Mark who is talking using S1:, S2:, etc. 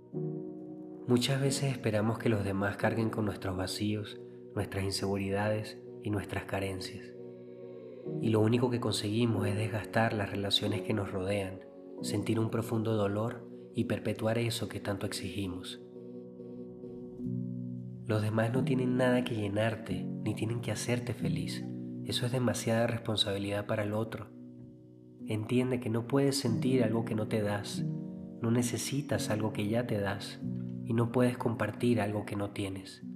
S1: Muchas veces esperamos que los demás carguen con nuestros vacíos, nuestras inseguridades y nuestras carencias. Y lo único que conseguimos es desgastar las relaciones que nos rodean, sentir un profundo dolor y perpetuar eso que tanto exigimos. Los demás no tienen nada que llenarte, ni tienen que hacerte feliz. Eso es demasiada responsabilidad para el otro. Entiende que no puedes sentir algo que no te das, no necesitas algo que ya te das y no puedes compartir algo que no tienes.